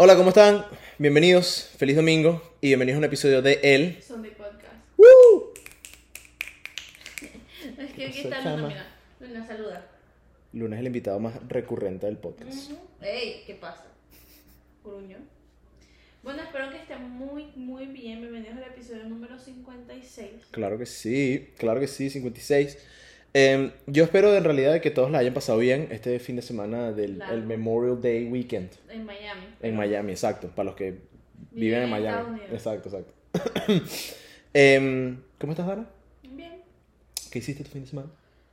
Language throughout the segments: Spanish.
Hola, ¿cómo están? Bienvenidos, feliz domingo y bienvenidos a un episodio de El Sunday Podcast. ¡Woo! Es que aquí está Luna, mira. Luna, saluda. Luna es el invitado más recurrente del podcast. Ey, ¿qué pasa? Gruño. Bueno, espero que estén muy bien. Bienvenidos al episodio número 56. Claro que sí, 56. Yo espero en realidad que todos la hayan pasado bien este fin de semana del Claro. el Memorial Day Weekend. En Miami. En Miami, exacto, para los que viven en en Estados Miami. Unidos. Exacto. ¿Cómo estás, Dana? Bien. ¿Qué hiciste tu fin de semana?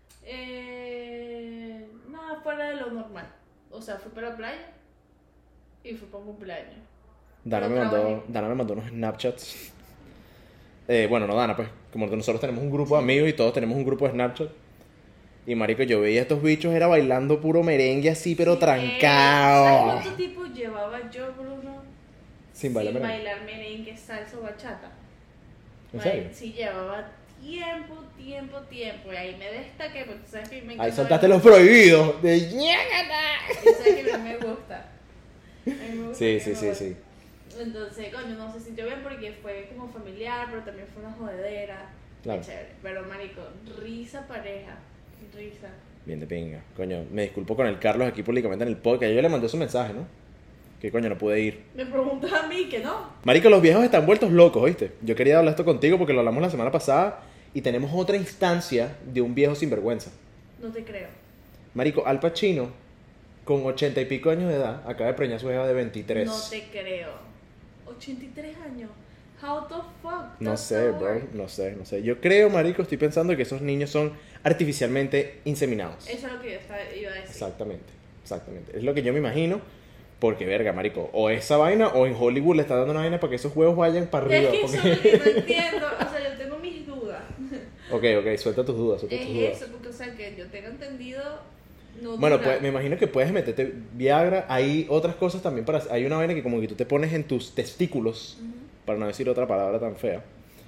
Nada fuera de lo normal. O sea, fui para la playa y fui para un cumpleaños. Dana Pero me mandó unos Snapchats. Bueno, no Dana, pues. Como nosotros tenemos un grupo de amigos y todos tenemos un grupo de Snapchat. Y marico, yo veía a estos bichos, era bailando puro merengue así, pero Sí, trancado. ¿Sabes cuánto tiempo llevaba yo, Bruno? Sin bailar merengue. Bailar merengue, salsa o bachata. ¿En serio? Sí, llevaba tiempo. Y ahí me destaqué, porque tú sabes que me encanta. Ahí soltaste los prohibidos. De ñágata. Tú sabes que a mí me gusta. A mí me gusta que me Sí. guste. Entonces, coño, no se sintió bien porque fue como familiar, pero también fue una jodedera. Claro. Qué chévere. Pero, marico, risa pareja. Risa. Bien de pinga. Coño, me disculpo con el Carlos aquí públicamente en el podcast. Yo le mandé su mensaje, ¿no? Que coño, no pude ir. Me preguntas a mí que no. Marico, los viejos están vueltos locos, ¿oíste? Yo quería hablar esto contigo porque lo hablamos la semana pasada y tenemos otra instancia de un viejo sinvergüenza. No te creo. Marico, Al Pacino, con 80 y pico años de edad, acaba de preñar a su hija de 23. No te creo. 83 años. How the fuck? No does sé, that bro, work? no sé. Yo creo, marico, estoy pensando que esos niños son artificialmente inseminados. Eso es lo que iba a decir. Exactamente. Es lo que yo me imagino, porque, verga, marico, o esa vaina, o en Hollywood le está dando una vaina para que esos huevos vayan para Es arriba. que porque- eso es lo que no entiendo. O sea, yo tengo mis dudas. Ok, suelta tus dudas, Es eso, porque, o sea, que yo tenga entendido. No Bueno, dura. pues me imagino que puedes meterte Viagra. Hay otras cosas también para. Hay una vaina que como que tú te pones en tus testículos, Ujú. para no decir otra palabra tan fea.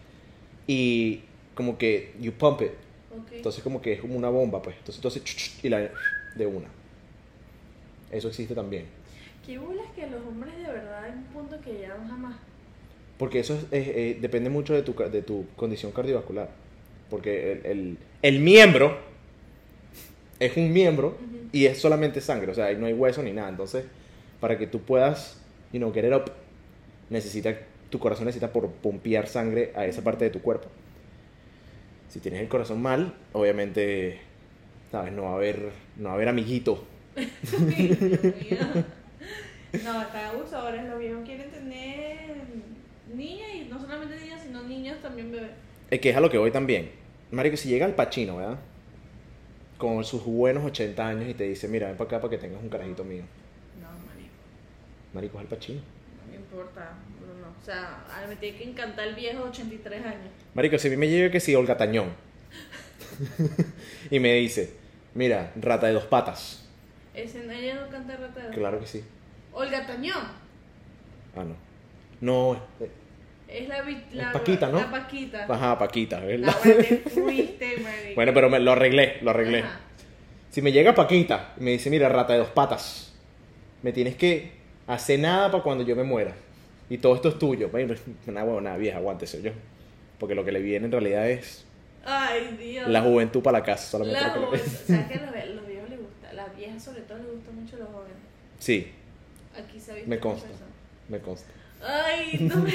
Y como que you pump it. Ok. Entonces como que es como una bomba, pues. Entonces tú haces y la de una. Eso existe también. Qué bolas que los hombres de verdad en un punto que llegan jamás. Porque eso depende mucho de tu condición cardiovascular. Porque el miembro es un miembro Ujú. y es solamente sangre. O sea, ahí no hay hueso ni nada. Entonces, para que tú puedas, get it up, tu corazón necesita pompear sangre a esa parte de tu cuerpo. Si tienes el corazón mal, obviamente, sabes, no va a haber amiguito. Ay, Dios mío. No, están abusadores. Los viejos quieren tener niñas y no solamente niñas, sino niños también bebés. Es que es a lo que voy también. Marico, si llega Al Pacino, ¿verdad? Con sus buenos 80 años y te dice, mira, ven para acá para que tengas un carajito mío. No, marico. Marico, es Al Pacino. No me importa, Bruno. O sea, a mí me tiene que encantar el viejo de 83 años. Marico, si a mí me llega que si Olga Tañón y me dice, mira, rata de dos patas. Ella no canta rata de... Claro que sí. Olga Tañón. Ah, no. No, Es la Paquita, ¿no? La Paquita. ajá, Paquita, La ¿verdad? buena te fuiste, marico. Bueno, pero lo arreglé. Ajá. Si me llega Paquita y me dice, mira, rata de dos patas, me tienes que hacer nada para cuando yo me muera. Y todo esto es tuyo. Bueno, una vieja, aguántese yo. Porque lo que le viene en realidad es Ay, Dios. la juventud para la casa. Solamente La lo que le- juventud. O sea, que a los viejos les gusta. Las viejas, sobre todo, les gusta mucho los jóvenes. Sí, Aquí se ha visto me mucho consta. eso. me consta. Ay, no me.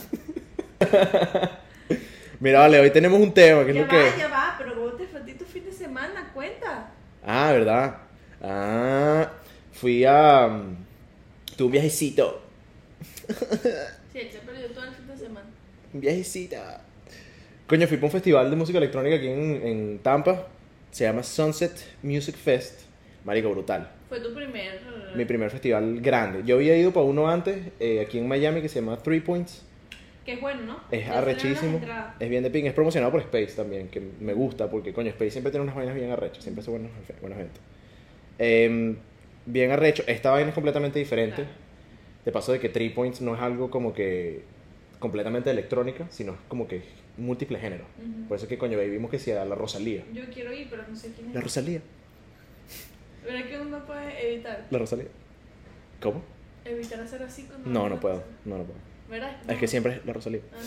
Mira, vale, hoy tenemos un tema, que es lo que... Ya va, pero ¿cómo te fue a ti tu fin de semana? Cuenta. Ah, ¿verdad? Fui a... tuve un viajecito. Sí, él se perdió todo el fin de semana. Un viajecito. Coño, fui para un festival de música electrónica aquí en Tampa. Se llama Sunset Music Fest. Marico, brutal. Fue tu primer. Mi primer festival grande. Yo había ido para uno antes, aquí en Miami, que se llama Three Points. Que es bueno, ¿no? Es Ya salieron las arrechísimo. entradas. Es bien de ping. Es promocionado por Space también, que me gusta, porque coño, Space siempre tiene unas vainas bien arrechas. Siempre hace buena gente. Bien arrecho. Esta vaina es completamente diferente. Claro. De paso de que Three Points no es algo como que completamente electrónica, sino es como que múltiple género. Ujú. Por eso es que coño, ahí vimos que si era la Rosalía. Yo quiero ir, pero no sé quién es. La Rosalía. Pero es que uno puede evitar. La Rosalía. ¿Cómo? Evitar hacer así cuando... No puedo. ¿Verdad? Es que siempre es la Rosalía. Ajá.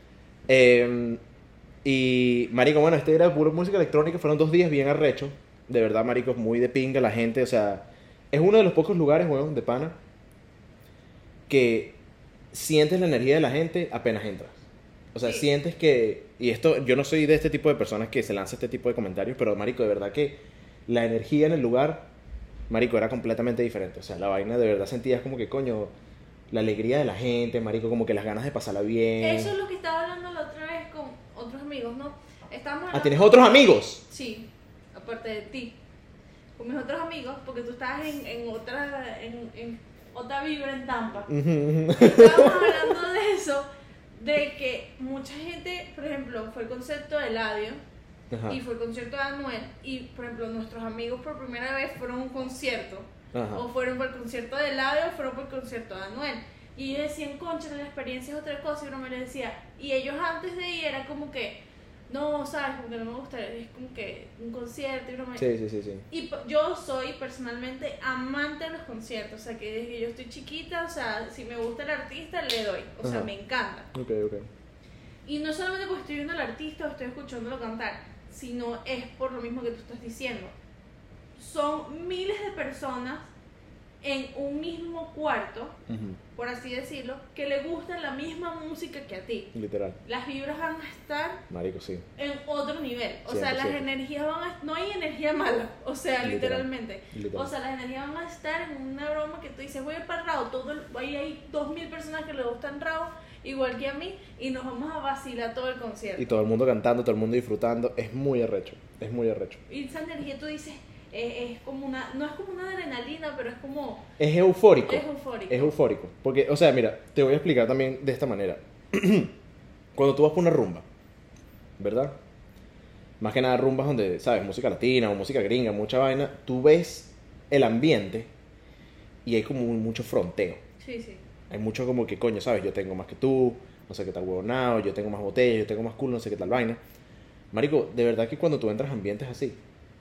Y, marico, bueno, este era pura música electrónica. Fueron 2 días bien arrecho. De verdad, marico, es muy de pinga la gente. O sea, es uno de los pocos lugares, weón, de pana, que sientes la energía de la gente apenas entras. O sea, Sí. sientes que... Y esto, yo no soy de este tipo de personas que se lanza este tipo de comentarios, pero, marico, de verdad que la energía en el lugar, marico, era completamente diferente. O sea, la vaina de verdad sentías como que, coño, la alegría de la gente, marico, como que las ganas de pasarla bien. Eso es lo que estaba hablando la otra vez con otros amigos, ¿no? Estábamos hablando... ¿Tienes otros amigos? Sí, aparte de ti. Con mis otros amigos, porque tú estabas en otra vibra en Tampa. Estábamos hablando de eso, de que mucha gente, por ejemplo, fue el concierto de Eladio Ajá. y fue el concierto de Anuel, y por ejemplo, nuestros amigos por primera vez fueron a un concierto, Ajá. o fueron por el concierto de Eladio, o fueron por el concierto de Anuel. Y ellos decían, concha, la experiencia es otra cosa, y uno me le decía, y ellos antes de ir era como que, no, sabes, como que no me gusta, es como que un concierto, y uno me... Sí. Y yo soy personalmente amante de los conciertos, o sea, que desde que yo estoy chiquita, o sea, si me gusta el artista, le doy, o sea, Ajá. me encanta. Ok. Y no solamente porque estoy viendo al artista o estoy escuchándolo cantar, sino es por lo mismo que tú estás diciendo. Son miles de personas en un mismo cuarto, Ujú. por así decirlo, que le gusta la misma música que a ti. Literal. Las vibras van a estar Marico, sí. en otro nivel. O sea, 100%. las energías van a... No hay energía mala. O sea, Literal. literalmente. Literal. O sea, las energías van a estar en una broma que tú dices, voy a ir para Rao. Ahí hay 2000 personas que le gustan Rao, igual que a mí, y nos vamos a vacilar todo el concierto. Y todo el mundo cantando, todo el mundo disfrutando. Es muy arrecho. Y esa energía tú dices, es como una... No es como una adrenalina, pero es como... Es eufórico. Es eufórico. Es eufórico. Porque, o sea, mira, te voy a explicar también de esta manera. Cuando tú vas por una rumba, ¿verdad? Más que nada rumbas donde, ¿sabes? Música latina o música gringa, mucha vaina. Tú ves el ambiente y hay como mucho fronteo. Sí. Hay mucho como que, coño, ¿sabes? Yo tengo más que tú, no sé qué tal huevonao, yo tengo más botellas, yo tengo más culo, no sé qué tal vaina. Marico, de verdad que cuando tú entras a ambientes así,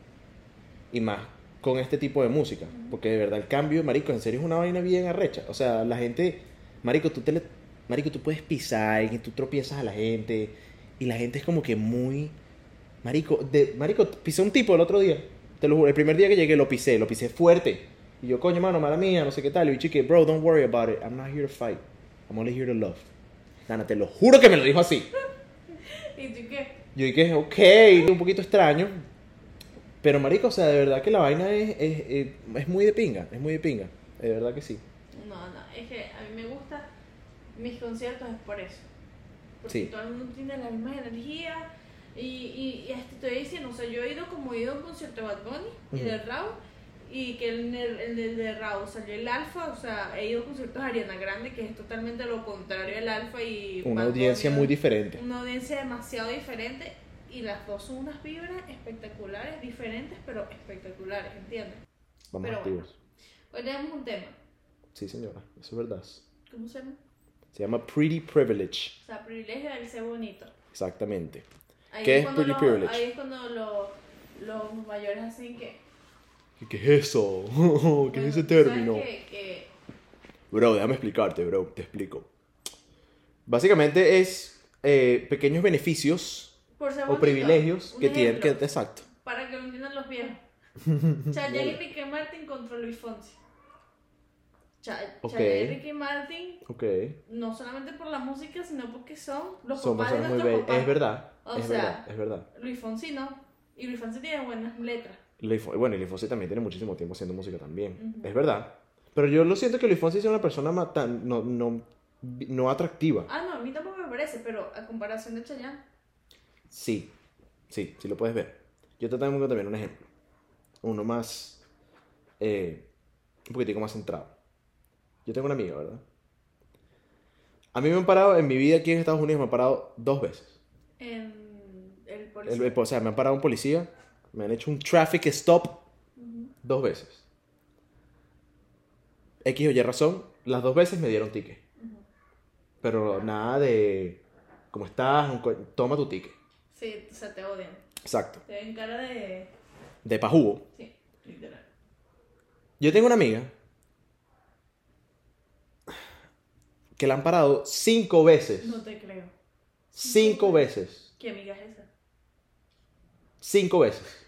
y más con este tipo de música, porque de verdad el cambio, marico, en serio es una vaina bien arrecha. O sea, la gente, marico, marico, tú puedes pisar y tú tropiezas a la gente, y la gente es como que muy, marico, pisé un tipo el otro día, te lo juro, el primer día que llegué lo pisé fuerte. Y yo, coño, mano, mala mía, no sé qué tal. Y bicho que, bro, don't worry about it. I'm not here to fight. I'm only here to love. Nana, te lo juro que me lo dijo así. ¿Y tú qué? Yo dije, ok, un poquito extraño. Pero, marico, o sea, de verdad que la vaina es muy de pinga. Es muy de pinga. De verdad que sí. No, es que a mí me gusta mis conciertos es por eso. Porque Sí. todo el mundo tiene la misma energía. Y te estoy diciendo, o sea, yo he ido como he ido a un concierto de Bad Bunny y Ujú. de Raúl. Y que el de Raúl salió el Alfa, o sea, he ido a conciertos de Ariana Grande, que es totalmente lo contrario del Alfa y Una Bad audiencia Bunny, muy diferente. una audiencia demasiado diferente. Y las dos son unas vibras espectaculares, diferentes, pero espectaculares, ¿entiendes? Vamos Pero bueno. activos. Hoy tenemos un tema. Sí, señora. Eso es verdad. ¿Cómo se llama? Se llama Pretty Privilege. O sea, privilegio del ser bonito. Exactamente. Ahí ¿Qué es cuando pretty privilege? Ahí es cuando los mayores hacen que... ¿Qué es eso? ¿Qué es ese término? Bro, déjame explicarte, bro. Te explico. Básicamente es pequeños beneficios Por ser o bonito. privilegios Un que tienen que... ejemplo, Exacto. para que lo entiendan los viejos. Chayanne y Ricky Martin contra Luis Fonsi. Ok. Chayanne y Ricky Martin, Ok. no solamente por la música, sino porque son los Son papás de personas muy nuestros bellas. papás. Es verdad. O Es sea, verdad. Es verdad. Luis Fonsi no. Y Luis Fonsi tiene buenas letras. Bueno, y Luis Fonsi también tiene muchísimo tiempo haciendo música también. Ujú. Es verdad. Pero yo lo siento que Luis Fonsi sea una persona no atractiva. Ah, no, a mí tampoco me parece, pero a comparación de Chayanne. Sí. Sí lo puedes ver. Yo te tengo también un ejemplo. Uno más... un poquitico más centrado. Yo tengo una amiga, ¿verdad? A mí me han parado, en mi vida aquí en Estados Unidos me han parado 2 veces. En el policía. O sea, me han parado un policía, me han hecho un traffic stop Ujú. 2 veces. X o Y razón, las 2 veces me dieron ticket. Ujú. Pero nada de... ¿Cómo estás? Toma tu ticket. Sí, o sea, te odian. Exacto. Te ven cara de... De pajugo. Sí, literal. Yo tengo una amiga que la han parado 5 veces. No te creo. 5 veces. ¿Qué amiga es esa? 5 veces.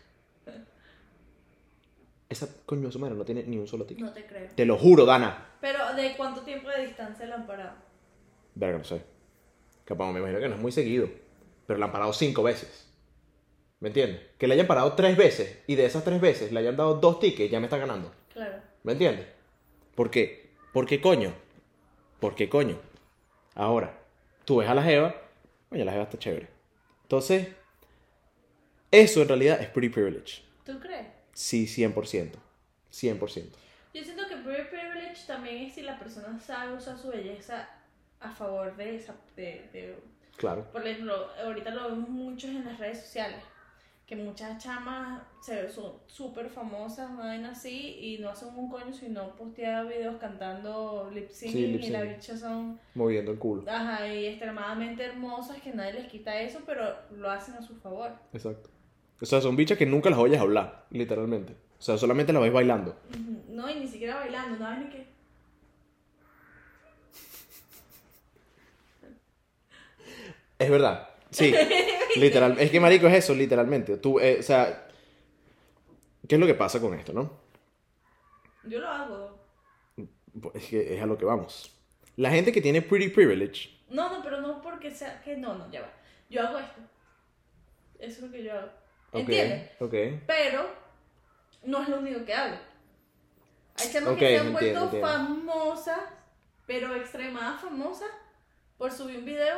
Esa coño de su madre no tiene ni un solo ticket. No te creo. Te lo juro, Dana. Pero, ¿de cuánto tiempo de distancia la han parado? Verga, no sé. Capaz, me imagino que no es muy seguido. Pero la han parado 5 veces. ¿Me entiendes? Que le hayan parado 3 veces y de esas 3 veces le hayan dado 2 tickets, ya me está ganando. Claro. ¿Me entiendes? ¿Por qué? ¿Por qué coño? ¿Por qué coño? Ahora, tú ves a la jeva, oye, la jeva está chévere. Entonces, eso en realidad es pretty privilege. ¿Tú crees? Sí, 100%. 100%. Yo siento que pretty privilege también es si la persona sabe usar su belleza a favor de esa... Claro. Por ejemplo, ahorita lo vemos muchos en las redes sociales. Que muchas chamas son súper famosas, una vaina así, y no hacen un coño sino postean videos cantando lip sync, Sí, lip y las sync. bichas son Moviendo el culo. ajá, y extremadamente hermosas, que nadie les quita eso, pero lo hacen a su favor. Exacto. O sea, son bichas que nunca las oyes hablar, literalmente. O sea, solamente las ves bailando. Ujú. No, y ni siquiera bailando, no ni que... Es verdad. Sí. Literal. Es que, marico, es eso, literalmente. Tú, o sea, ¿qué es lo que pasa con esto, no? Yo lo hago. Pues es que es a lo que vamos. La gente que tiene pretty privilege. No, pero no porque sea... que no, ya va. Yo hago esto. Eso es lo que yo hago. ¿Entiendes? Ok. Pero no es lo único que hago. Hay chamas Ok, que se han vuelto entiendo. famosas, pero extremadamente famosas, por subir un video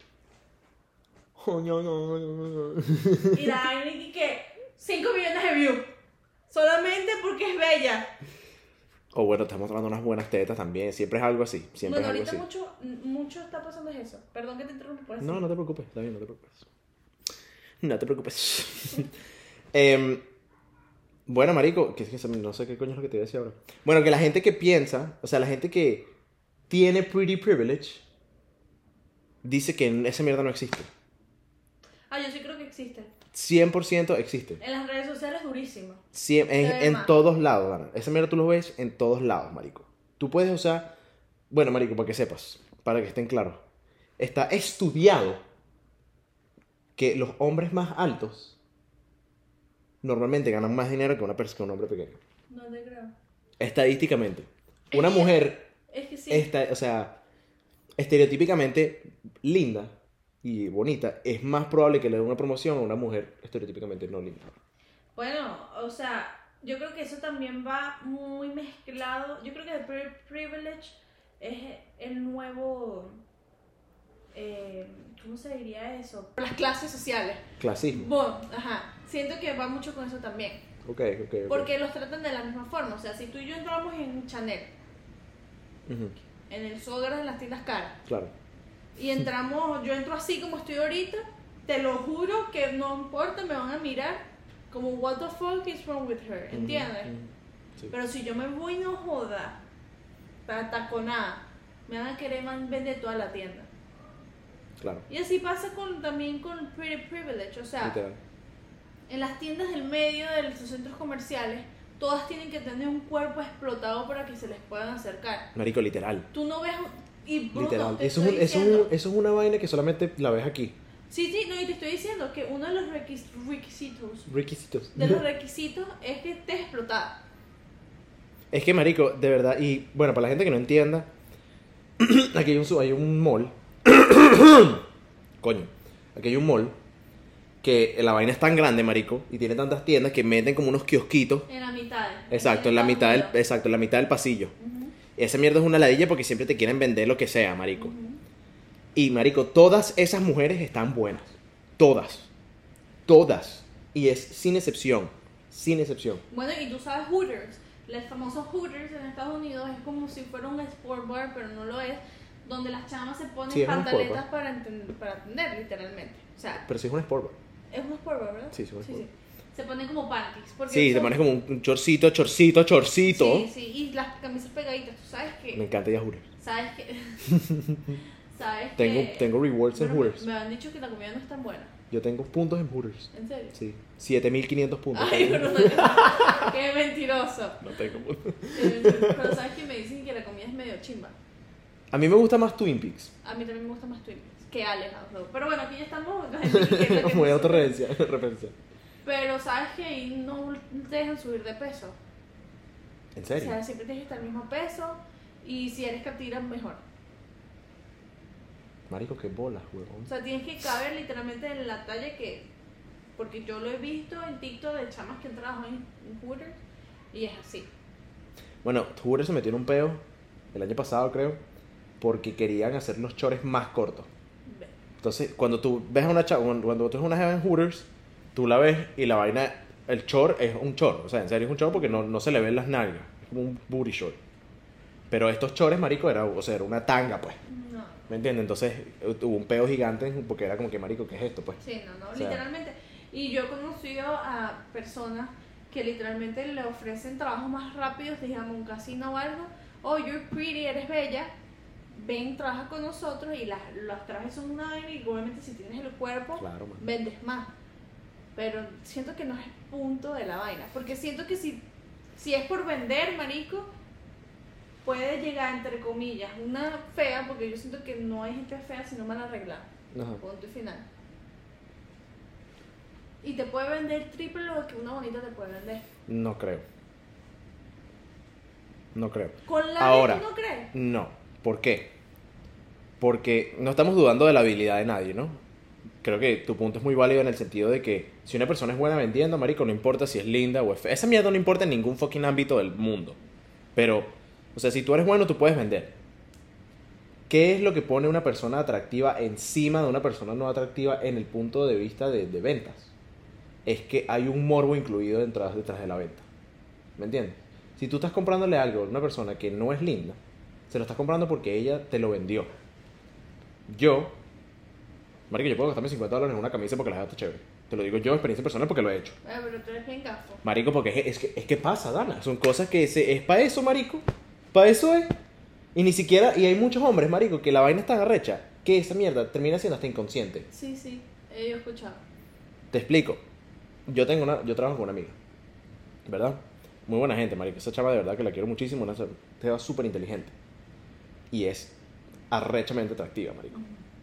y la vaina y que 5 millones de views. Solamente porque es bella. O bueno, estamos mostrando unas buenas tetas también. Siempre es algo así. Siempre Bueno, es algo ahorita así. mucho está pasando es eso. Perdón que te interrumpa por eso. No, no te preocupes. Está bien, no te preocupes. No te preocupes. Bueno, marico, que es que no sé qué coño es lo que te iba a decir ahora. Bueno, que la gente que piensa, o sea, la gente que tiene pretty privilege, dice que esa mierda no existe. Yo sí creo que existe. 100% existe. En las redes sociales durísimo. En más. todos lados, Dana. Esa mierda tú lo ves en todos lados, marico. Tú puedes usar... Bueno, marico, para que sepas, para que estén claros. Está estudiado que los hombres más altos normalmente ganan más dinero que un hombre pequeño. No te creo. Estadísticamente. Una Es que- mujer, Es que sí. o sea, estereotípicamente linda y bonita, es más probable que le dé una promoción a una mujer estereotípicamente no linda. Bueno, o sea, yo creo que eso también va muy mezclado. Yo creo que el privilege es el nuevo... ¿cómo se diría eso? Las clases sociales. Clasismo. Bueno, ajá. Siento que va mucho con eso también. Ok. Porque los tratan de la misma forma. O sea, si tú y yo entramos en Chanel, Ujú, en el Sogras de las tiendas caras, claro. y entramos, yo entro así como estoy ahorita, te lo juro que no importa, me van a mirar como what the fuck is wrong with her, ¿entiendes? Sí. Pero si yo me voy no joda, taconada, me van a querer vender toda la tienda. Claro. Y así pasa también con pretty privilege, o sea, Literal. en las tiendas del medio de los centros comerciales, todas tienen que tener un cuerpo explotado para que se les puedan acercar. Marico, literal. Tú no ves, y Bruno, Literal. te Eso estoy es diciendo, eso es una vaina que solamente la ves aquí. sí, no, y te estoy diciendo que uno de los requisitos Requisitos. de los requisitos es que estés explotada. Es que, marico, de verdad, y bueno, para la gente que no entienda, aquí hay un mall. Coño, aquí hay un mall que la vaina es tan grande, marico, y tiene tantas tiendas que meten como unos kiosquitos. En la mitad. Exacto, en la mitad del pasillo. Ujú, Esa mierda es una ladilla porque siempre te quieren vender lo que sea, marico. ujú. Y, marico, todas esas mujeres están buenas. Todas. Todas. Y es sin excepción. Sin excepción. Bueno, y tú sabes Hooters. Los famosos Hooters en Estados Unidos es como si fuera un sport bar, pero no lo es. Donde las chamas se ponen Sí, es un sport pantaletas bar. para atender, literalmente. O sea, Pero sí es un sport bar. es un sport bar, ¿verdad? Sí, es un sport bar. Se ponen como panties. Porque Sí, te son- pones como un chorcito. Sí, y las camisas pegaditas. Tú sabes Me que... encanta ir a Hooters. ¿Sabes que ¿Sabes que... Tengo rewards en Pero Hooters. me han dicho que la comida no es tan buena. Yo tengo puntos en Hooters. ¿En serio? Sí. 7.500 puntos. Ay, pero no, qué mentiroso. No tengo puntos. Pero sabes que me dicen que la comida es medio chimba. A mí me gusta más Twin Peaks. A mí también me gusta más Twin Peaks que Alejandro. Pero bueno, aquí ya estamos. Muy autorreferencia. Pero sabes que ahí no te dejan subir de peso. ¿En O serio? sea, siempre tienes que estar al mismo peso. Y si eres catira, mejor. Marico, qué bolas, huevón. O sea, tienes que caber literalmente en la talla que... Porque yo lo he visto en TikTok de chamas que han trabajado en Hooters. Y es así. Bueno, Hooters se metió en un peo el año pasado, creo, porque querían hacer los chores más cortos. Ve. Entonces, cuando tú ves a una chava, cuando tú ves una jeva en Hooters, tú la ves y la vaina, el chor es un chor. O sea, en serio es un chor porque no se le ven las nalgas. Es como un booty short. Pero estos chores, marico, era una tanga, pues. No. ¿Me entiendes? Entonces hubo un peo gigante porque era como que, marico, ¿qué es esto, pues? Sí, no, O sea, literalmente. Y yo he conocido a personas que literalmente le ofrecen trabajos más rápidos, digamos, un casino o algo. Oh, you're pretty, eres bella. Ven, trabaja con nosotros y los trajes son una vaina y obviamente si tienes el cuerpo, claro, man. vendes más. Pero siento que no es el punto de la vaina. Porque siento que si es por vender, marico, puede llegar, entre comillas, una fea, porque yo siento que no hay gente fea sino mal arreglada. Ajá. Punto y final. Y te puede vender triple lo que una bonita te puede vender. No creo. No creo. ¿Con la Ahora, ¿tú no crees? no. ¿Por qué? Porque no estamos dudando de la habilidad de nadie, ¿no? Creo que tu punto es muy válido en el sentido de que si una persona es buena vendiendo, marico, no importa si es linda o es fea. Esa mierda no importa en ningún fucking ámbito del mundo. Pero, o sea, si tú eres bueno, tú puedes vender. ¿Qué es lo que pone una persona atractiva encima de una persona no atractiva en el punto de vista de ventas? Es que hay un morbo incluido detrás de la venta. ¿Me entiendes? Si tú estás comprándole algo a una persona que no es linda, se lo estás comprando porque ella te lo vendió. Marico, yo puedo gastarme $50 en una camisa porque la gasto chévere. Te lo digo yo, experiencia personal, porque lo he hecho. Pero tú eres bien gafo. Marico, porque es que pasa, Dana. Son cosas que es para eso, marico. Para eso es. Y ni siquiera, y hay muchos hombres, marico, que la vaina es tan arrecha que esa mierda termina siendo hasta inconsciente. Sí, yo he escuchado. Te explico. Yo trabajo con una amiga, ¿verdad? Muy buena gente, marico. Esa chava de verdad que la quiero muchísimo, una chava súper inteligente. Y es arrechamente atractiva, marico.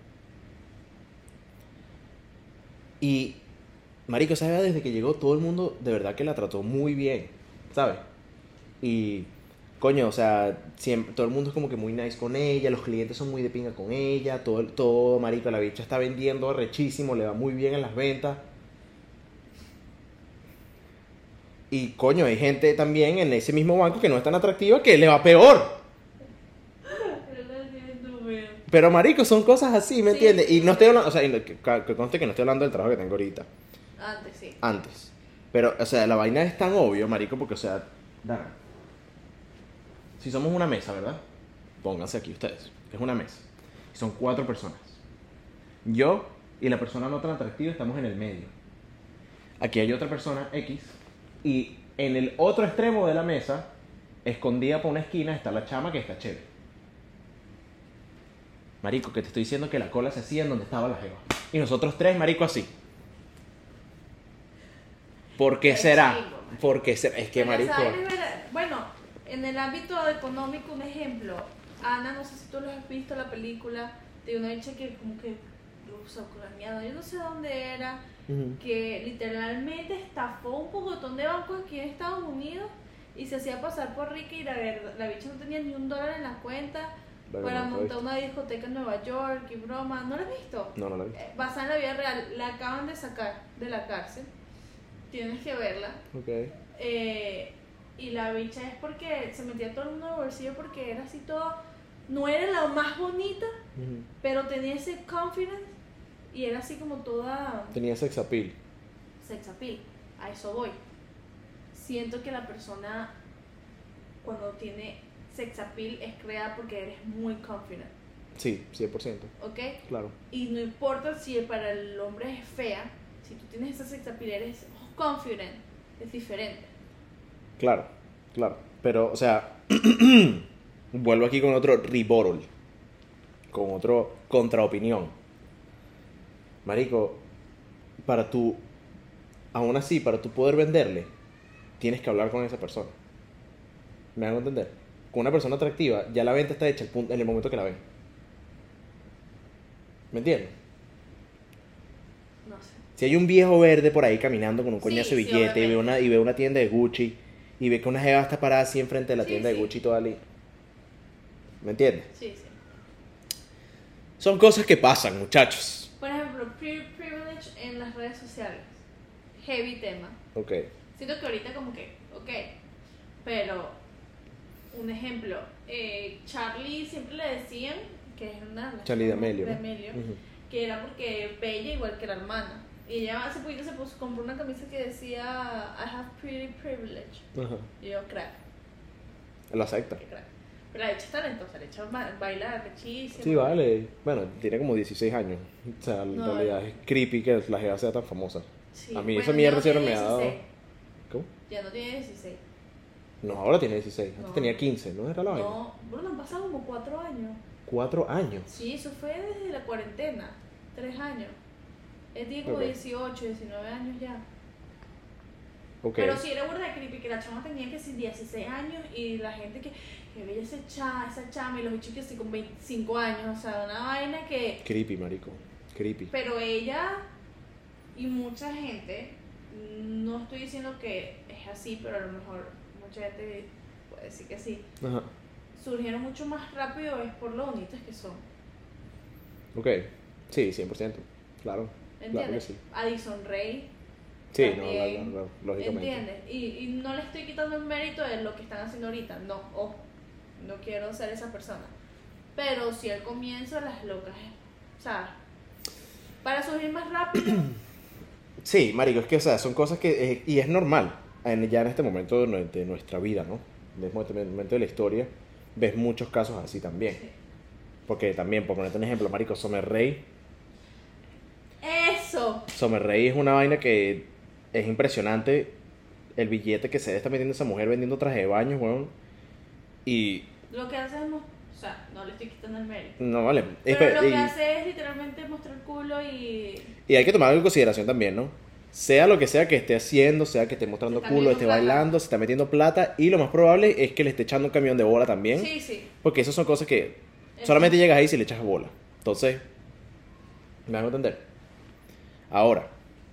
Y, marico, esa jeva desde que llegó, todo el mundo de verdad que la trató muy bien, ¿sabes? Y, coño, o sea, siempre, todo el mundo es como que muy nice con ella, los clientes son muy de pinga con ella, todo marico, la bicha está vendiendo arrechísimo, le va muy bien en las ventas. Y, coño, hay gente también en ese mismo banco que no es tan atractiva que le va peor. Pero, marico, son cosas así, ¿me entiendes? Y no estoy hablando, o sea, que conste que no estoy hablando del trabajo que tengo ahorita. Antes, sí. Antes. Pero, o sea, la vaina es tan obvio, marico, porque, o sea, Dana, si somos una mesa, ¿verdad? Pónganse aquí ustedes. Es una mesa. Y son 4 personas. Yo y la persona no tan atractiva estamos en el medio. Aquí hay otra persona, X, y en el otro extremo de la mesa, escondida por una esquina, está la chama que está chévere. Marico, que te estoy diciendo que la cola se hacía en donde estaba la jeva. Y nosotros 3, marico, así. ¿Por qué será? Porque es que, Pero, marico... ¿sabes? Bueno, en el ámbito económico, un ejemplo. Ana, no sé si tú lo has visto, la película de una hecha que como que rusa, ucraniana, yo no sé dónde era, que literalmente estafó un pocotón de bancos aquí en Estados Unidos y se hacía pasar por rica y la bicha no tenía ni $1 en la cuenta. Para montar una discoteca en Nueva York y broma. ¿No la has visto? No la he visto. Basada en la vida real. La acaban de sacar de la cárcel. Tienes que verla. Ok. Y la bicha es porque se metía todo el mundo en el bolsillo porque era así todo. No era la más bonita, pero tenía ese confidence y era así como toda. Tenía sex appeal. Sex appeal. A eso voy. Siento que la persona, cuando tiene sex appeal, es creada porque eres muy confident. Sí, 100%. ¿Ok? Claro. Y no importa si para el hombre es fea, si tú tienes esa sex appeal, eres confident, es diferente. Claro. Pero, o sea, vuelvo aquí con otro rebuttal, con otro contraopinión. Marico, aún así, para tú poder venderle, tienes que hablar con esa persona. ¿Me hago entender? con una persona atractiva, ya la venta está hecha en el momento que la ven. ¿Me entiendes? No sé. Si hay un viejo verde por ahí caminando con un Sí, coñazo de sí, billete obviamente. y ve una tienda de Gucci y ve que una jeva está parada así enfrente de la Sí, tienda de sí. Gucci toda ali. ¿Me entiendes? Sí, sí. Son cosas que pasan, muchachos. Por ejemplo, privilege en las redes sociales. Heavy tema. Ok. Siento que ahorita como que, ok, pero un ejemplo, Charlie siempre le decían, que es una... Charlie D'Amelio, ¿no? Ujú. Que era porque bella igual que la hermana. Y ella hace poquito compró una camisa que decía I have pretty privilege. Ajá. Y yo, crack, Lo acepta. qué crack. Pero la hecha es talentosa, la hecha baila rechísima. Sí, vale. Bueno, tiene como 16 años. O sea, en No, realidad es creepy que la jeva sea tan famosa. Sí. A mí Bueno, esa ya mierda no siempre tiene me ha dado... 16. ¿Cómo? Ya no tiene 16. No, ahora tiene 16. Antes No. tenía 15, ¿no era la vaina? No, bueno, han pasado como 4 años. 4 años. Sí, eso fue desde la cuarentena. 3 años. Él tiene como Ok. 18, 19 años ya. Ok. Pero sí era burda de creepy que la chama tenía que ser 16 años y la gente que veía esa chama y los bichos que sí con 25 años. O sea, una vaina que... Creepy, marico. Creepy. Pero ella y mucha gente, no estoy diciendo que es así, pero a lo mejor mucha gente puede decir que sí, Ajá. surgieron mucho más rápido es por lo bonitas que son. Ok. Sí, 100%. Claro. Claro que ¿Entiendes? sí. Addison Rae. Sí, También, no, lógicamente. ¿entiendes? Y no le estoy quitando el mérito de lo que están haciendo ahorita, no, ojo, no quiero ser esa persona. Pero si al comienzo las locas, o sea, para surgir más rápido, Sí, marico, es que, o sea, son cosas que... y es normal. Ya en este momento de nuestra vida, ¿no? En este momento de la historia, ves muchos casos así también. sí. Porque también, por ponerte un ejemplo, marico, Summer Rae. Eso, Summer Rae es una vaina que es impresionante. El billete que se está metiendo esa mujer vendiendo traje de baño, weón. Y... lo que hacemos, o sea, no le estoy quitando el mérito. No, vale. Pero lo Y- que hace es literalmente mostrar el culo y... Y hay que tomar algo en consideración también, ¿no? Sea lo que sea que esté haciendo, sea que esté mostrando Se está culo, metiendo esté plata. bailando, se está metiendo plata, y lo más probable es que le esté echando un camión de bola también, Sí, sí. porque esas son cosas que Eso. solamente llegas ahí si le echas bola. Entonces, ¿me van a entender? Ahora,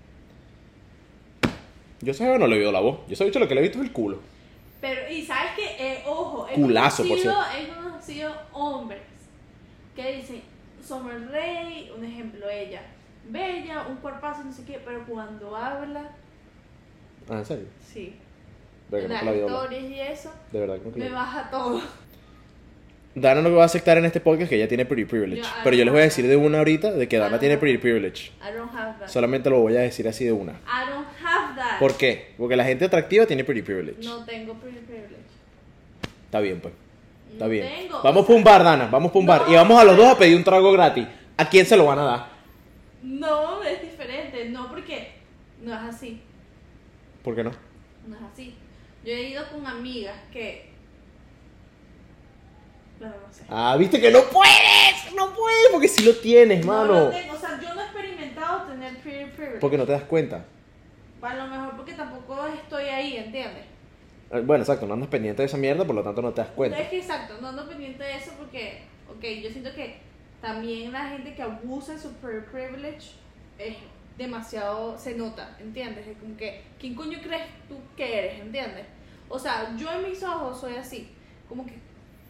yo sé no le he oído la voz, yo sé dicho lo que le he visto es el culo. Pero, y sabes que, ojo, Culazo, por he conocido hombres que dicen, Summer Rae, un ejemplo, ella, bella, un cuerpazo, no sé qué, pero cuando habla, Ah, ¿en serio? sí, De verdad que las nunca la he oído hablar. historias y eso, De verdad que nunca la he me oído. baja todo. Dana no va a aceptar en este podcast que ella tiene pretty privilege, Yo, pero yo les voy a ajá. decir de una ahorita de que Dana Ajá. tiene pretty privilege. I don't have that. Solamente lo voy a decir así de una. I don't have that. ¿Por qué? Porque la gente atractiva tiene pretty privilege. No tengo pretty privilege. Está bien, pues. Está No bien. tengo, Vamos o para un sea, bar, Dana. Vamos para un bar. no, Y vamos a los dos a pero- pedir un trago gratis. ¿A quién se lo van a dar? No, es diferente, no porque no es así. ¿Por qué no? No es así. Yo he ido con amigas que... Bueno, no sé. Ah, viste que no puedes. No puedes porque si lo tienes, No mano. lo tengo, o sea, yo no he experimentado tener pretty privilege. Porque no te das cuenta. A lo mejor porque tampoco estoy ahí, ¿entiendes? Bueno, exacto. No andas pendiente de esa mierda, por lo tanto no te das cuenta. Es que exacto, no ando pendiente de eso porque, ok, yo siento que también la gente que abusa de su pretty privilege es demasiado, se nota, ¿entiendes? Es como que, ¿quién coño crees tú que eres, ¿entiendes? O sea, yo en mis ojos soy así, como que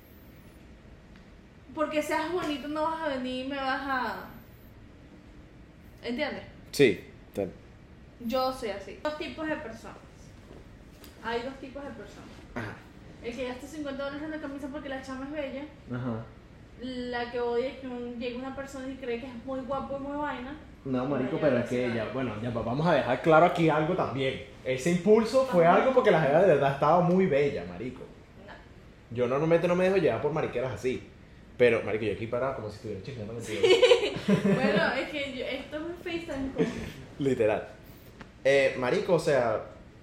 porque seas bonito no vas a venir y me vas a... ¿Entiendes? Sí. Yo soy así. Dos tipos de personas. Hay dos tipos de personas. Ajá. El que gasta $50 en la camisa porque la chama es bella. Ajá. La que odia es que llegue una persona y cree que es muy guapo y muy vaina. No, marico, Bueno, pero ya es que no sé. ya, bueno, ya vamos a dejar claro aquí algo también. Ese impulso fue Ajá. algo porque la jeva de verdad estaba muy bella, marico. No. Yo normalmente no me dejo llevar por mariqueras así. Pero, marico, yo aquí parado como si estuviera chismeando contigo. Bueno, es que esto es un FaceTime con... Literal. Marico, o sea...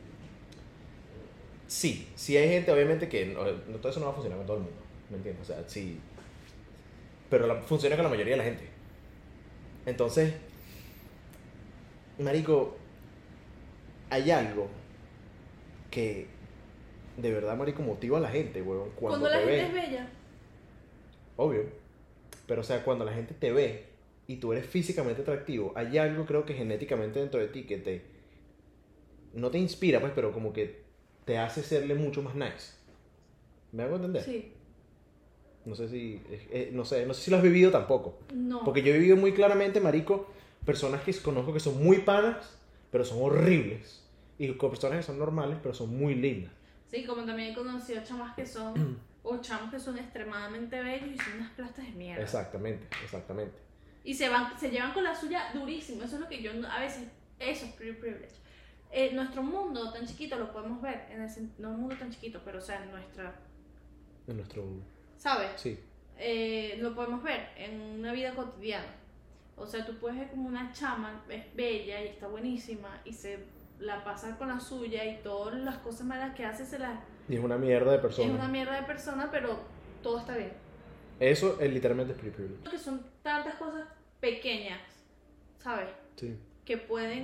Sí hay gente, obviamente, que no todo eso no va a funcionar con todo el mundo. ¿Me entiendes? O sea, sí. Pero funciona con la mayoría de la gente. Entonces, marico, hay algo que de verdad, marico, motiva a la gente, weón. Cuando la te gente ve, es bella. obvio. Pero, o sea, cuando la gente te ve y tú eres físicamente atractivo, hay algo, creo que genéticamente dentro de ti que no te inspira, pues, pero como que te hace serle mucho más nice. ¿Me hago entender? Sí. No sé si, no sé si lo has vivido tampoco. No. Porque yo he vivido muy claramente, marico, personas que conozco que son muy panas, pero son horribles. Y con personas que son normales, pero son muy lindas. Sí, como también he conocido chamas que son, o chamos que son extremadamente bellos y son unas plastas de mierda. Exactamente, exactamente. Y se llevan con la suya durísimo. Eso es lo que yo a veces, eso es pretty privilege. Nuestro mundo tan chiquito lo podemos ver, no un mundo tan chiquito, pero o sea, En nuestro... ¿sabes? Sí. Lo podemos ver en una vida cotidiana. O sea, tú puedes ver como una chama es bella y está buenísima y se la pasa con la suya y todas las cosas malas que hace Y es una mierda de persona. es una mierda de persona, pero todo está bien. Eso es literalmente es pretty privilege. Que son tantas cosas pequeñas, ¿sabes? Sí. Que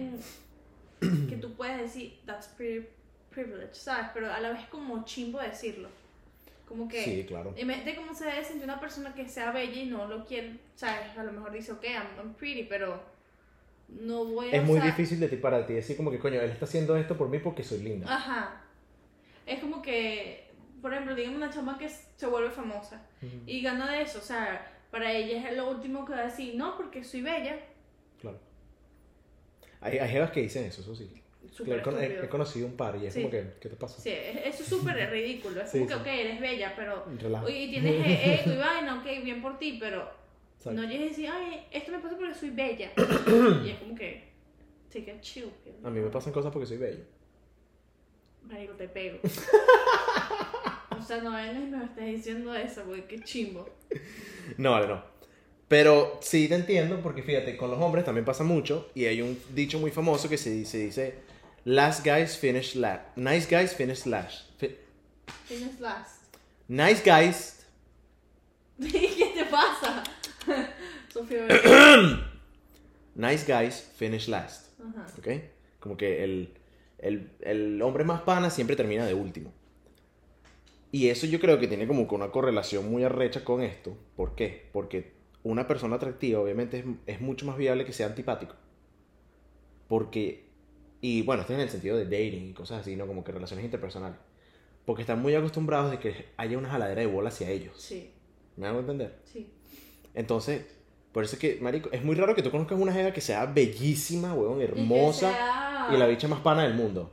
tú puedes decir, that's pretty privilege, ¿sabes? Pero a la vez como chimbo decirlo. Como que, Sí, claro. en vez de cómo se debe sentir una persona que sea bella y no lo quiere, ¿sabes? A lo mejor dice, ok, I'm pretty, pero no voy a Es muy usar... difícil para ti decir como que, coño, él está haciendo esto por mí porque soy linda. Ajá. Es como que, por ejemplo, digamos una chama que se vuelve famosa y gana de eso, o sea, para ella es lo último que va a decir, no, porque soy bella. Claro. Hay jevas que dicen eso sí. Súper Claro, he estúpido. conocido un par y es Sí. como que, ¿qué te pasa? Sí, eso es súper ridículo. Es Sí, como que, sí. ok, eres bella, pero... Relájate. Y tienes ego y vaina, ok, bien por ti, pero... Exacto. No llegues a decir, ay, esto me pasa porque soy bella. Y es como que... Take a chill. A mí me pasan cosas porque soy bello. Marico, te pego. O sea, no vengas y me estés diciendo eso, porque qué chimbo. No, vale, no. Pero sí te entiendo porque fíjate, con los hombres también pasa mucho y hay un dicho muy famoso que se dice last guys finish last. Nice guys finish last. Tienes last. Nice guys. ¿Qué te pasa? Sofía, Nice guys finish last. ajá. ¿Ok? Como que el hombre más pana siempre termina de último. Y eso yo creo que tiene como que una correlación muy arrecha con esto. ¿Por qué? Porque una persona atractiva obviamente es mucho más viable que sea antipático. Porque, y bueno, esto es en el sentido de dating y cosas así, ¿no? Como que relaciones interpersonales. Porque están muy acostumbrados de que haya una jaladera de bola hacia ellos. Sí, ¿Me hago entender? sí. Entonces, por eso es que, marico, es muy raro que tú conozcas una jeva que sea bellísima, weón, hermosa y la bicha más pana del mundo.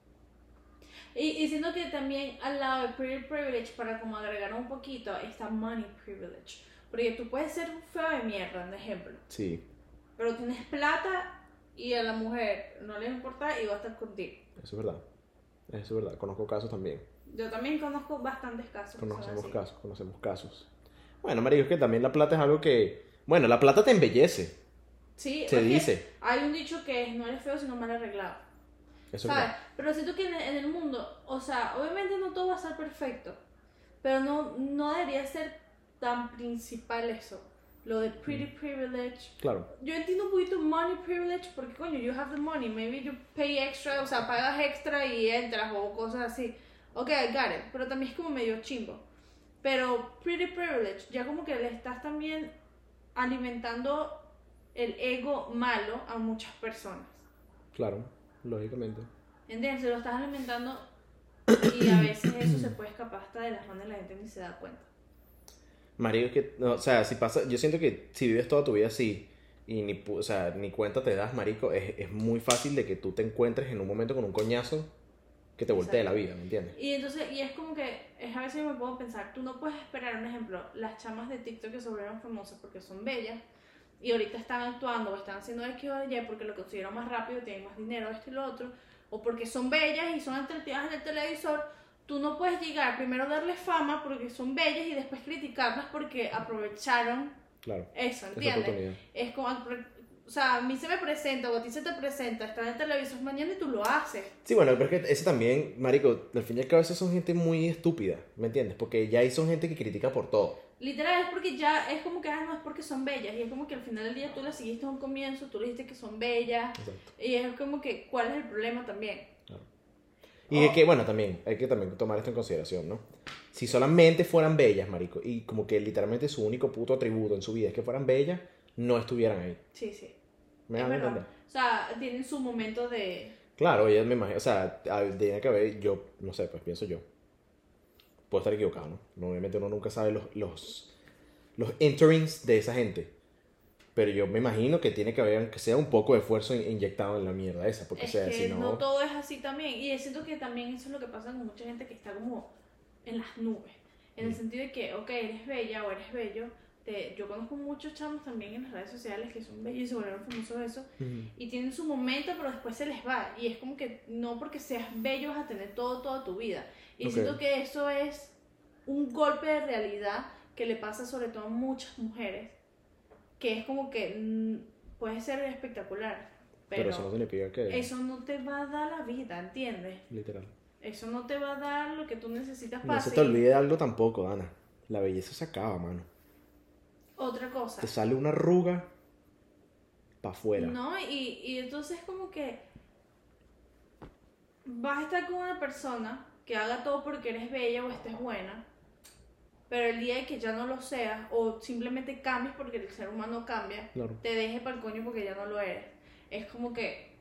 Y siento que también al lado de pretty privilege, para como agregar un poquito, está money privilege. Porque tú puedes ser un feo de mierda, por ejemplo. Sí, Pero tienes plata y a la mujer no le importa y va a estar contigo. eso es verdad. Eso es verdad. Conozco casos también. Yo también conozco bastantes casos. que son Conocemos casos. Bueno, marico, es que también la plata es algo que... Bueno, la plata te embellece. Sí, Se porque dice. hay un dicho que es no eres feo sino mal arreglado. Eso es ¿Sabes? verdad. Pero siento que en el mundo, o sea, obviamente no todo va a ser perfecto, pero no debería ser tan principal eso, lo de pretty privilege. Claro. Yo entiendo un poquito money privilege porque, coño, you have the money, maybe you pay extra, o sea, pagas extra y entras o cosas así. Ok, I got it, pero también es como medio chimbo. Pero pretty privilege, ya como que le estás también alimentando el ego malo a muchas personas. Claro, lógicamente. ¿Entiendes? Lo estás alimentando y a veces eso se puede escapar hasta de las manos de la gente ni se da cuenta. Marico, es que... No, o sea, si pasa... Yo siento que si vives toda tu vida así y ni cuenta te das, marico, es muy fácil de que tú te encuentres en un momento con un coñazo que te voltee la vida, ¿me entiendes? Y entonces, y es como que, a veces me puedo pensar, tú no puedes esperar, un ejemplo, las chamas de TikTok que se volvieron famosas porque son bellas y ahorita están actuando o están haciendo X o Y porque lo consiguieron más rápido, tienen más dinero, esto y lo otro, o porque son bellas y son atractivas en el televisor. Tú no puedes llegar primero a darles fama porque son bellas y después criticarlas porque aprovecharon Claro. eso, Esa ¿entiendes? oportunidad. Es como, o sea, a mí se me presenta o a ti se te presenta estar en el televisor mañana y tú lo haces. Sí, bueno, pero es que ese también, marico, al fin y al cabo, esos son gente muy estúpida, ¿me entiendes? Porque ya ahí son gente que critica por todo. Literal, es porque ya es como que no es porque son bellas. Y es como que al final del día tú las seguiste a un comienzo, tú le dijiste que son bellas. Exacto. Y es como que, ¿cuál es el problema también? Claro. Y es que, bueno, también, hay que también tomar esto en consideración, ¿no? Si solamente fueran bellas, marico, y como que literalmente su único puto atributo en su vida es que fueran bellas, no estuvieran ahí. Sí, sí. ¿Me Es van a verdad. entender? O sea, tienen su momento de... Claro, ella me imagino, o sea, tiene que haber, yo, no sé, pues pienso yo. Puedo estar equivocado, ¿no? Obviamente uno nunca sabe los enterings de esa gente. Pero yo me imagino que tiene que haber, aunque sea un poco de esfuerzo inyectado en la mierda esa, porque Es sea, que si no... no todo es así también. Y siento que también eso es lo que pasa con mucha gente que está como en las nubes. En el sentido de que, ok, eres bella o eres bello. Yo conozco muchos chamos también en las redes sociales que son bellos y se volvieron famosos de eso. Y tienen su momento, pero después se les va. Y es como que no porque seas bello vas a tener todo toda tu vida. Y Ok. siento que eso es un golpe de realidad que le pasa sobre todo a muchas mujeres. Que es como que puede ser espectacular, Pero eso no significa que... eso no te va a dar la vida, ¿entiendes? Literal. Eso no te va a dar lo que tú necesitas No para se te seguir. olvide algo tampoco, Ana. La belleza se acaba, mano. Otra cosa. Te sale una arruga para afuera. No, y entonces como que vas a estar con una persona que haga todo porque eres bella o estés buena, pero el día de que ya no lo seas o simplemente cambies porque el ser humano cambia, Claro. te deje para el coño porque ya no lo eres. Es como que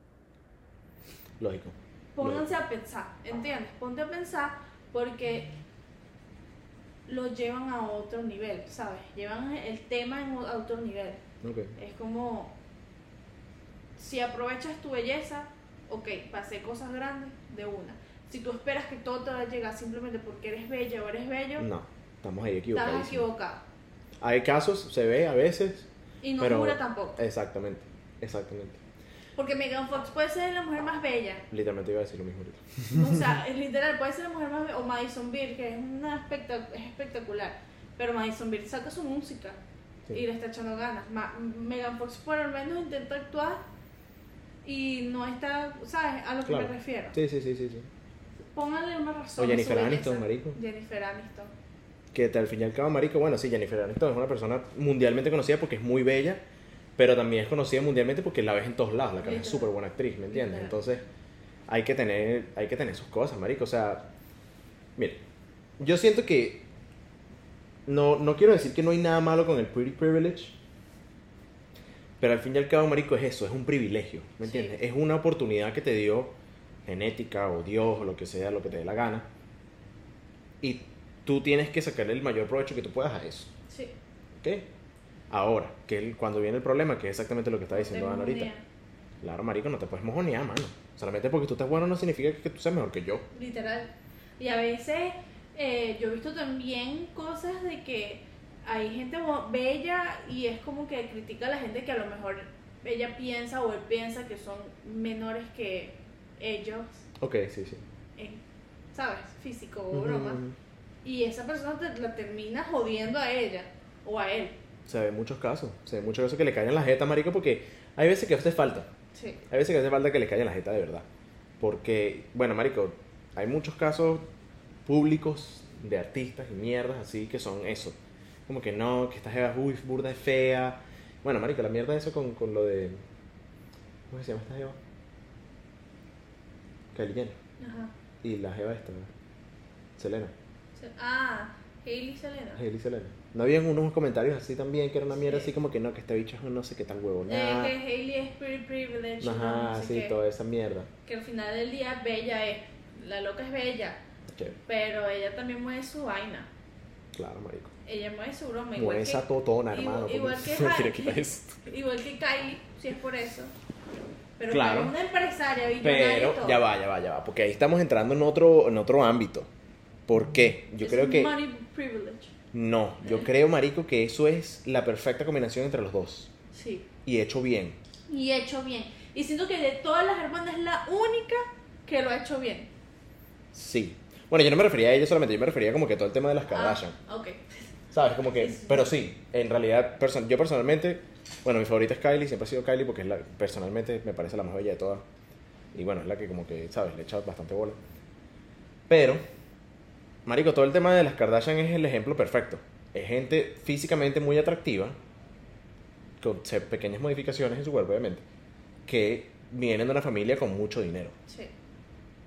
Lógico. pónganse a pensar, ¿entiendes? Ponte a pensar porque lo llevan a otro nivel, ¿sabes? Llevan el tema a otro nivel. Ok. Es como, si aprovechas tu belleza, ok, para hacer cosas grandes de una. Si tú esperas que todo te va a llegar simplemente porque eres bella o eres bello, No, estamos ahí estás equivocados. equivocado. Hay casos, se ve a veces, Y no pero... dura tampoco. Exactamente, exactamente. Porque Megan Fox puede ser la mujer más bella. Literalmente iba a decir lo mismo ahorita. O sea, es literal, puede ser la mujer más bella. O Madison Beer, que es, es espectacular. Pero Madison Beer saca su música Sí. y le está echando ganas. Megan Fox por lo menos intenta actuar y no está, ¿sabes? A lo que Claro. me refiero. Sí, sí, sí, sí, sí. Póngale una razón. O a Jennifer su Aniston, belleza. marico. Jennifer Aniston. Que al fin y al cabo, marico, bueno, sí, Jennifer Aniston es una persona mundialmente conocida porque es muy bella, pero también es conocida mundialmente porque la ves en todos lados, la cara es Literal. súper buena actriz, ¿me entiendes? Literal. Entonces, hay que tener sus cosas, marico, o sea, mire, yo siento que no quiero decir que no hay nada malo con el pretty privilege, pero al fin y al cabo, marico, es eso, es un privilegio, ¿me Sí. entiendes? Es una oportunidad que te dio genética o Dios o lo que sea, lo que te dé la gana, y tú tienes que sacarle el mayor provecho que tú puedas a eso. Sí. ¿Ok? Ahora, cuando viene el problema, que es exactamente lo que está diciendo Tengo Ana ahorita. idea. Claro, marico, no te puedes mojonear, mano. Solamente porque tú estás bueno no significa que tú seas mejor que yo. Literal. Y a veces yo he visto también cosas de que hay gente bella y es como que critica a la gente que a lo mejor ella piensa o él piensa que son menores que ellos, Ok, sí, sí. ¿sabes? Físico o Ujú, broma. ujú. Y esa persona la termina jodiendo a ella o a él. Se ve muchos casos. Se ve muchos casos que le caen en la jeta, marico, porque hay veces que hace falta. Sí. Hay veces que hace falta que le caiga en la jeta de verdad. Porque, bueno, marico, hay muchos casos públicos de artistas y mierdas así que son eso. Como que no, que esta jeva, uy, burda es fea. Bueno, marico, la mierda de eso con lo de... ¿Cómo se llama esta jeva? Kylie Jenner. Ajá. Y la jeva esta, Selena. Hailey Selena. Hailey Selena. ¿No habían unos comentarios así también que era una mierda Sí. así como que no, que esta bicha es un no sé qué tan huevo? Que Hailey es pretty privileged. Ajá, no sé sí, qué. toda esa mierda. Que al final del día bella es. La loca es bella. Chévere. Pero ella también mueve su vaina. Claro, marico. Ella mueve su broma. Mueve esa totona, hermano. igual porque que no quiere Hailey. quitar esto. Igual que Kylie, si es por eso. Pero Claro. Kylie es una empresaria billonaria y Pero todo. ya va, porque ahí estamos entrando en otro ámbito. ¿Por qué? Yo Es creo un que money privilege. no, yo creo, marico, que eso es la perfecta combinación entre los dos Sí. y hecho bien. Y hecho bien. Y siento que de todas las hermanas es la única que lo ha hecho bien. Sí. Bueno, yo no me refería a ella solamente, yo me refería como que todo el tema de las Kardashian. Ok. ¿Sabes? Como que, Sí, sí. pero sí, en realidad, yo personalmente, bueno, mi favorita es Kylie, siempre ha sido Kylie porque personalmente me parece la más bella de todas. Y bueno, es la que como que, ¿sabes? Le echa bastante bola. Pero, marico, todo el tema de las Kardashian es el ejemplo perfecto. Es gente físicamente muy atractiva, con pequeñas modificaciones en su cuerpo, obviamente, que vienen de una familia con mucho dinero. Sí.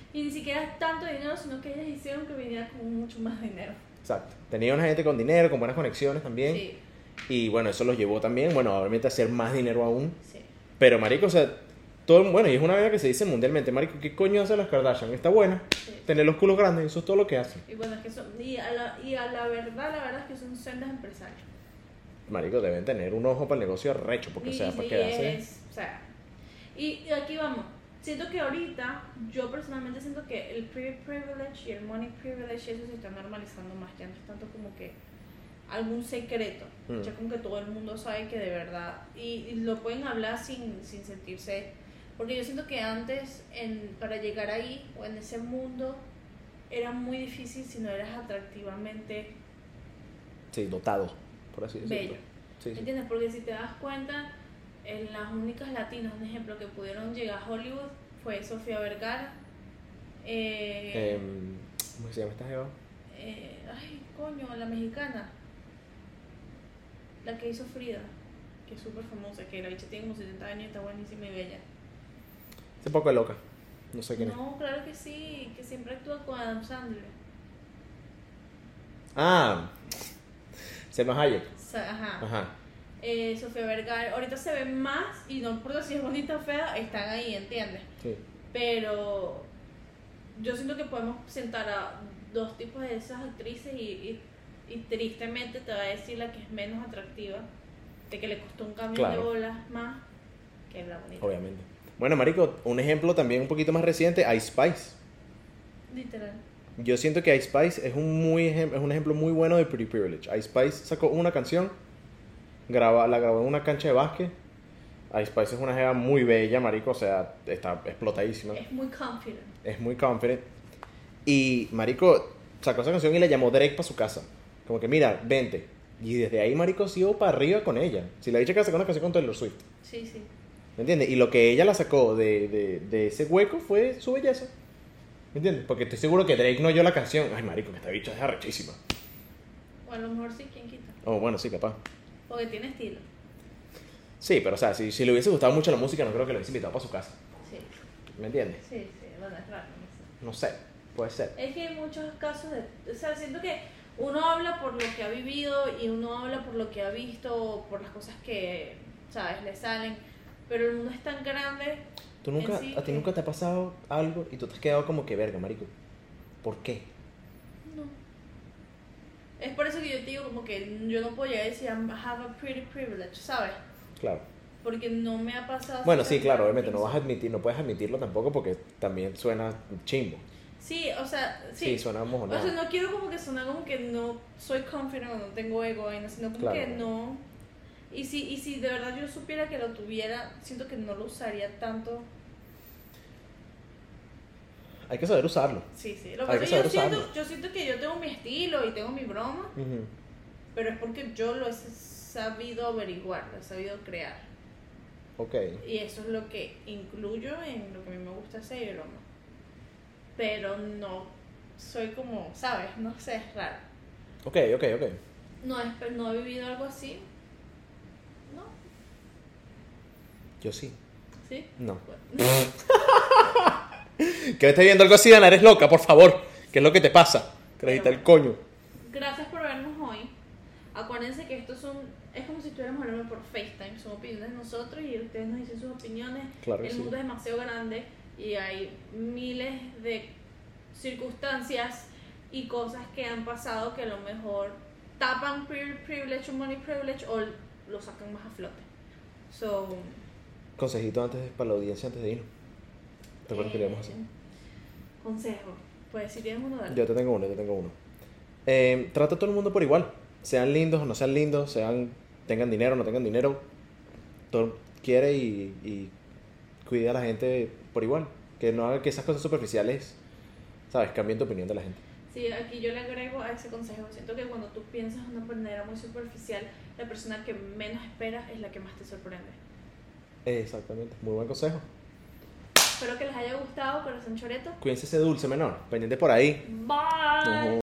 Y ni siquiera es tanto dinero, sino que ellas hicieron que viniera con mucho más dinero. Exacto. Tenía una gente con dinero, con buenas conexiones también. Sí, Y bueno, eso los llevó también, bueno, obviamente a hacer más dinero aún. sí. Pero, marico, o sea, todo, bueno, y es una vida que se dice mundialmente, marico, ¿qué coño hace las Kardashian? Está buena, Sí. tener los culos grandes, eso es todo lo que hacen. Y bueno, es que son, a la verdad es que son sendas empresarios. Marico, deben tener un ojo para el negocio arrecho, porque, o sea, para quedarse... O sea, y aquí vamos. Siento que ahorita, yo personalmente siento que el privilege y el money privilege, eso se está normalizando más. Ya no es tanto como que algún secreto. Ya como que todo el mundo sabe que de verdad. Y lo pueden hablar sin sentirse. Porque yo siento que antes, para llegar ahí o en ese mundo, era muy difícil si no eras atractivamente Sí, dotado, por así decirlo. bello. Sí, sí. ¿Entiendes? Porque si te das cuenta, en las únicas latinas, un ejemplo, que pudieron llegar a Hollywood fue Sofía Vergara. ¿Cómo se llama esta jeva? Ay, coño, la mexicana. La que hizo Frida, que es súper famosa, que la bicha tiene como 70 años y está buenísima y bella. Ese poco de loca, no sé quién es. No, claro que sí, que siempre actúa con Adam Sandler. Ah, Selma Hayek. Ajá. Ajá. Sofía Vergara, ahorita se ve más, y no importa si es bonita o fea, están ahí, ¿entiendes? Sí. Pero yo siento que podemos sentar a dos tipos de esas actrices y tristemente te va a decir la que es menos atractiva, de que le costó un cambio Claro. de bolas más que la bonita. Obviamente. Bueno, marico, un ejemplo también un poquito más reciente, Ice Spice. Literal. Yo siento que Ice Spice es un ejemplo muy bueno de Pretty Privilege. Ice Spice sacó una canción, la grabó en una cancha de básquet. Ice Spice es una jeva muy bella, marico, o sea, está explotadísima. Es muy confident. Es muy confident. Y, marico, sacó esa canción y le llamó Drake para su casa. Como que, mira, vente. Y desde ahí, marico, sigo para arriba con ella. Si la dicha que sacó una canción con Taylor Swift. Sí, sí. ¿Me entiendes? Y lo que ella la sacó de ese hueco fue su belleza. ¿Me entiendes? Porque estoy seguro que Drake no oyó la canción. Ay, marico, que esta bicha es arrechísima. O a lo mejor sí, ¿quién quita? Oh, bueno, sí, capaz. Porque tiene estilo. Sí, pero o sea, si le hubiese gustado mucho la música, no creo que lo hubiese invitado para su casa. Sí, ¿Me entiendes? sí, sí. Bueno, es raro. No sé. No sé, puede ser. Es que hay muchos casos de... O sea, siento que uno habla por lo que ha vivido y uno habla por lo que ha visto, por las cosas que, ¿sabes?, le salen. Pero el mundo es tan grande. ¿Tú nunca, en sí ¿A ti que- nunca te ha pasado algo y tú te has quedado como que verga, marico? ¿Por qué? No. Es por eso que yo te digo como que yo no puedo llegar y decir I have a pretty privilege, ¿sabes? Claro. Porque no me ha pasado. Bueno, sí, claro, obviamente no things. vas a admitir, no puedes admitirlo tampoco porque también suena chimbo. Sí, o sea, sí. Sí, suena O mojonado. sea, no quiero como que sonar como que no soy confident o no tengo ego, sino como Claro. que no. Y si de verdad yo supiera que lo tuviera, siento que no lo usaría tanto. Hay que saber usarlo. Sí, sí. Lo que Hay pasa que es que saber usarlo. yo siento que yo tengo mi estilo y tengo mi broma, Ujú. pero es porque yo lo he sabido averiguar, lo he sabido crear. Ok. Y eso es lo que incluyo en lo que a mí me gusta hacer y broma. Pero no soy como, ¿sabes? No sé, es raro. Ok. No he vivido algo así. ¿No? Yo sí. ¿Sí? No. Bueno. Que me estés viendo algo así, Ana, eres loca, por favor. ¿Qué es lo que te pasa? Acredita el coño. Gracias por vernos hoy. Acuérdense que es como si estuviéramos hablando por FaceTime. Son opiniones de nosotros y ustedes nos dicen sus opiniones. Claro que El sí. mundo es demasiado grande y hay miles de circunstancias y cosas que han pasado que a lo mejor tapan privilege o money privilege o lo sacan más a flote. So, Consejito para la audiencia antes de irnos. ¿Te acuerdas que le íbamos a hacer? consejo. Pues si tienes uno, dale. Yo te tengo uno. Trata a todo el mundo por igual. Sean lindos o no sean lindos, tengan dinero o no tengan dinero. Todo quiere y cuida a la gente por igual. Que no haga que esas cosas superficiales, ¿sabes? Cambien tu opinión de la gente. Sí, aquí yo le agrego a ese consejo. Siento que cuando tú piensas de una manera muy superficial, la persona que menos esperas es la que más te sorprende. Exactamente. Muy buen consejo. Espero que les haya gustado, corazón choreto. Cuídense ese dulce menor. Pendiente por ahí. Bye. Ujú.